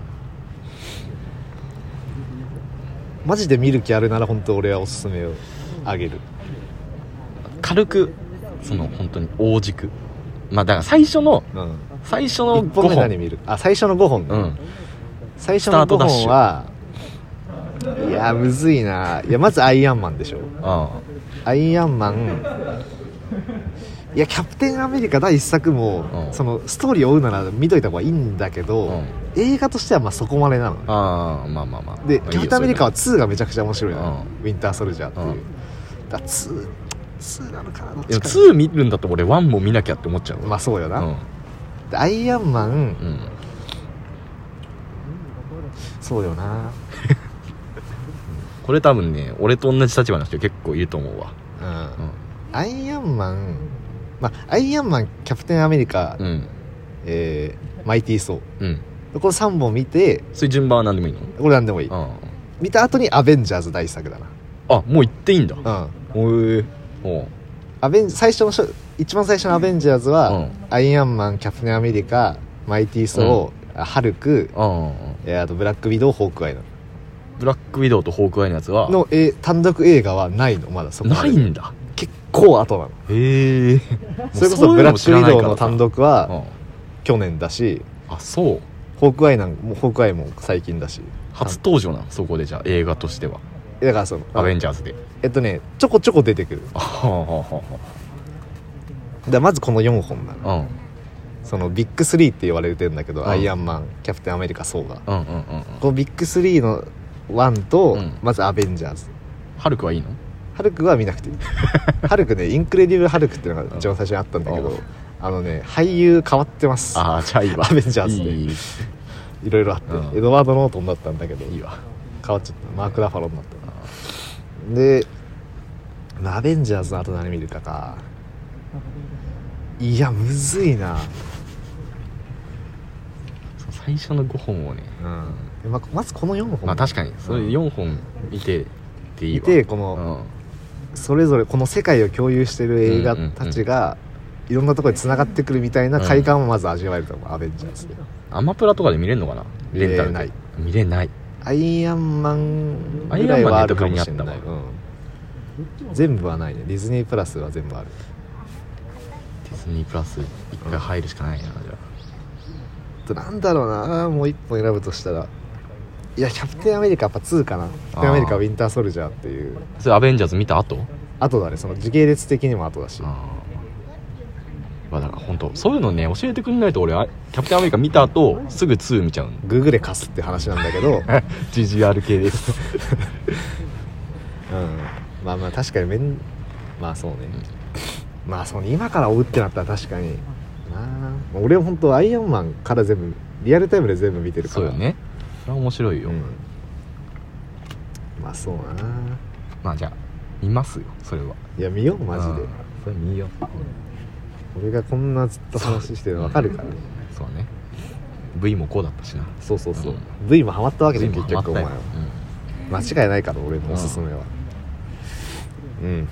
マジで見る気あるなら本当俺はおすすめをあげる。 軽くその本当に大軸、まあだから最初の、うん、最初のごほんいっぽんめ何見る。あ、最初のごほん、うん、最初のごほんはいやむずいな。いやまずアイアンマンでしょ。ああアイアンマン、いやキャプテンアメリカだいいっさくも、うん、そのストーリーを追うなら見といた方がいいんだけど、うん、映画としてはまあそこまでなの。 あまあまあまあで、まあ、キャプテンアメリカはツーがめちゃくちゃ面白いの、うん、ウィンターソルジャーっていう、うん、だからツー、ツーなのかな。どっちかな。 ツー見るんだって俺ワンも見なきゃって思っちゃう。 まあそうよな、うん、でアイアンマン、うん、そうよなこれ多分ね俺と同じ立場の人結構いると思うわ、うんうん、 アイアンマン、まあ、アイアンマンキャプテンアメリカ、うんえー、マイティーソー、うん、このさんぼん見て、 そういう順番は何でもいいの？ これ何でもいい、うん、見た後にアベンジャーズ大作だな。 あ、もう行っていいんだ。うん。へえ。アベン最初の一番最初のアベンジャーズは、うん、アイアンマンキャプテンアメリカマイティーソー、うん、ハルク、うん、えー、あとブラックウィドウホークアイのブラックウィドウとホークアイのやつはの、えー、単独映画はないの。まだそこないんだ。 結構後なの。 へえ。 それこそブラックウィドウの単独は去年だし、 あ、そう。 ホークアイなんもホークアイも最近だし。 初登場なのそこで。じゃあ映画としてはだからそのアベンジャーズでえっとねちょこちょこ出てくる。でまずこのよんほんなの、うん、そのビッグスリーって言われてるんだけど、うん、アイアンマンキャプテンアメリカソーが、うんうんうんうん、このビッグスリーのワンと、うん、まずアベンジャーズ。 ハルクはいいの？ ハルクは見なくていいハルクねインクレディブルハルクっていうのが一番最初にあったんだけど、あのね俳優変わってます。 ああじゃあいいわ。 アベンジャーズでいいいろいろあって、うん、エドワード・ノートンだったんだけどいいわ変わっちゃった。マーク・ラファロンだったで、アベンジャーズの後何見るかか。いやむずいな。 最初のごほんをね、 うん、ま, まずこのよんほん、 まあ、確かにそれよんほん見てっていいわ。 見てこの、うん、それぞれこの世界を共有してる映画たちが、うんうんうん、いろんなところに繋がってくるみたいな快感をまず味わえると思う、うん、アベンジャーズで。 アマプラとかで見れるのかな？レンタルで。見れない。見れない。 アイアンマンぐらいはあるかもしれない、うん、全部はないね。ディズニープラスは全部ある。 ディズニープラス一回入るしかないな、うん、じゃあなんだろうな。もう一本選ぶとしたらいやキャプテンアメリカやっぱツーかな。キャプテンアメリカウィンターソルジャーっていう。 それアベンジャーズ見た後？ 後だね。その時系列的にも後だし。あまあだから本当そういうのね教えてくんないと俺キャプテンアメリカ見た後すぐツー見ちゃうの。 ググレ貸すって話なんだけどジージーアール 系ですうんまあまあ確かにめんまあそうね、うん、まあそうね今から追うってなったら確かになあ。俺は本当アイアンマンから全部リアルタイムで全部見てるから。 そうよね。それは面白いよ、うん、 まあそうな。 まあじゃあ見ますよそれは。 いや見ようマジで。 それ見よう。 俺がこんなずっと話してるの分かるからね。 そうね V もこうだったしな。 そうそうそう、うん、V もハマったわけで結局お前は、うん、間違いないから俺のおすすめは。うん、うん、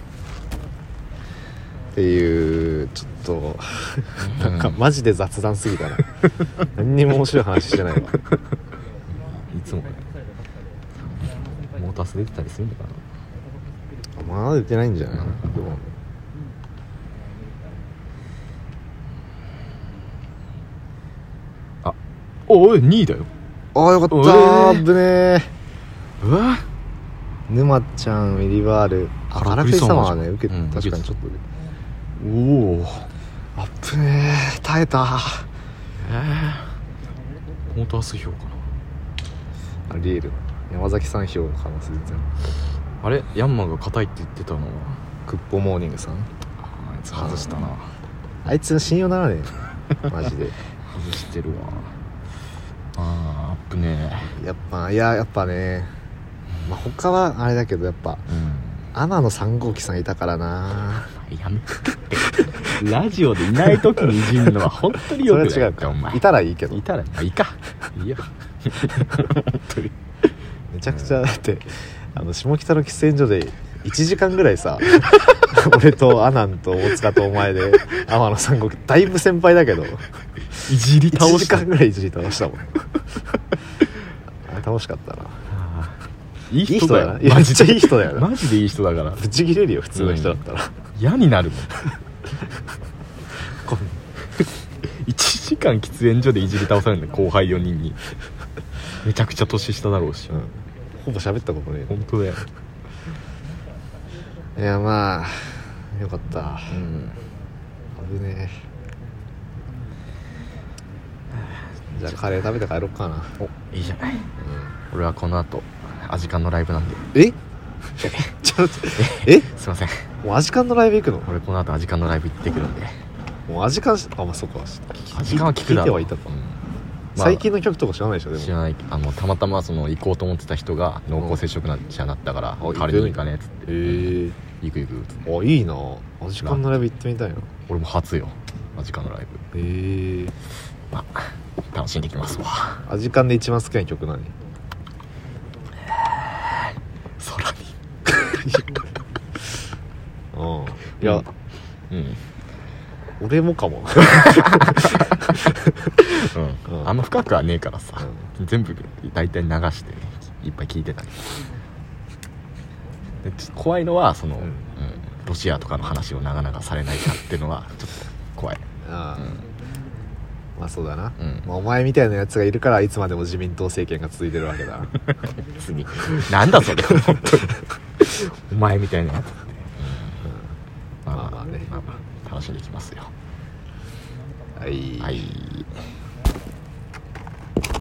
っていうちょっとなんかマジで雑談すぎたな何にも面白い話してないわいつもモータース出てたりするのかな。まだ出てないんじゃない、うん、でもおいにいだよ。 ああよかったー。危ねえ。 うわ沼ちゃんメリバールあカラクリ様はね受け、うん、確かにちょっとおおあっぶねえ耐えた。 えー、モータース票かな。あリエル山崎さん票の可能性全然。 あれヤンマが硬いって言ってたのはクッポモーニングさん。ああいつ外したな。 あいつの信用ならねえマジで外してるわ。あーアップね。 やっぱいややっぱね、まあ、他はあれだけどやっぱ、うん、天野さん号機さんいたからな。 やめてラジオでいない時にいじるのは本当によくない。 それは違うか、 お前いたらいいけど、 いたらあいいかいいよ本当にめちゃくちゃだってあの下北の喫煙所でいちじかんぐらいさ俺とアナンと大塚とお前で天野さんごだいぶ先輩だけどいじり倒いちじしたかんぐらいいじり倒したもんあれ楽しかったな。 いいいい人だよ人だよな、いやめっちゃいい人だよな。 マジでいい人だからぶち切れるよ普通の人だったら、 嫌になるもんこんいちじかん喫煙所でいじり倒されるんだよ、後輩よにんに。めちゃくちゃ年下だろうし、 うん、ほぼ喋ったことね本当だよ。 え。いやまあよかった、 うん危ねえ。じゃあカレー食べて帰ろっかな。 おいいじゃない。 う俺はこの後アジカンのライブなんで。 ん、えちょっとえすいません、 もうアジカンのライブ行くの？ 俺この後アジカンのライブ行ってくるんで。 もうアジカンしあまあそうか、 アジカンは聞くだろ。 聞いてはいたか、 うんまあ最近の曲とか知らないでしょ。でも知らない。あのたまたまその行こうと思ってた人が濃厚接触者になったからうん代わりに行かねえっつって。 へえ行く行くっつって。 あいいな、アジカンのライブ行ってみたいな。 俺も初よアジカンのライブ。 へえまあ楽しんできますわ。 アジカンで一番好きな曲何？ 空にうんいや、 うん俺もかもうん、 うんあんま深くはねえからさ、 う全部大体流してねいっぱい聞いてたりでちょっと怖いのはその、 うんうんロシアとかの話を長々されないかっていうのはちょっと怖い。 ああ、 うんまあそうだな、 うんまあ、お前みたいなやつがいるからいつまでも自民党政権が続いてるわけだ別になんだそれ本当にお前みたいなやつって、うん、まあまあまあまあねまあまあ楽しんでいきますよ。 はい、 はい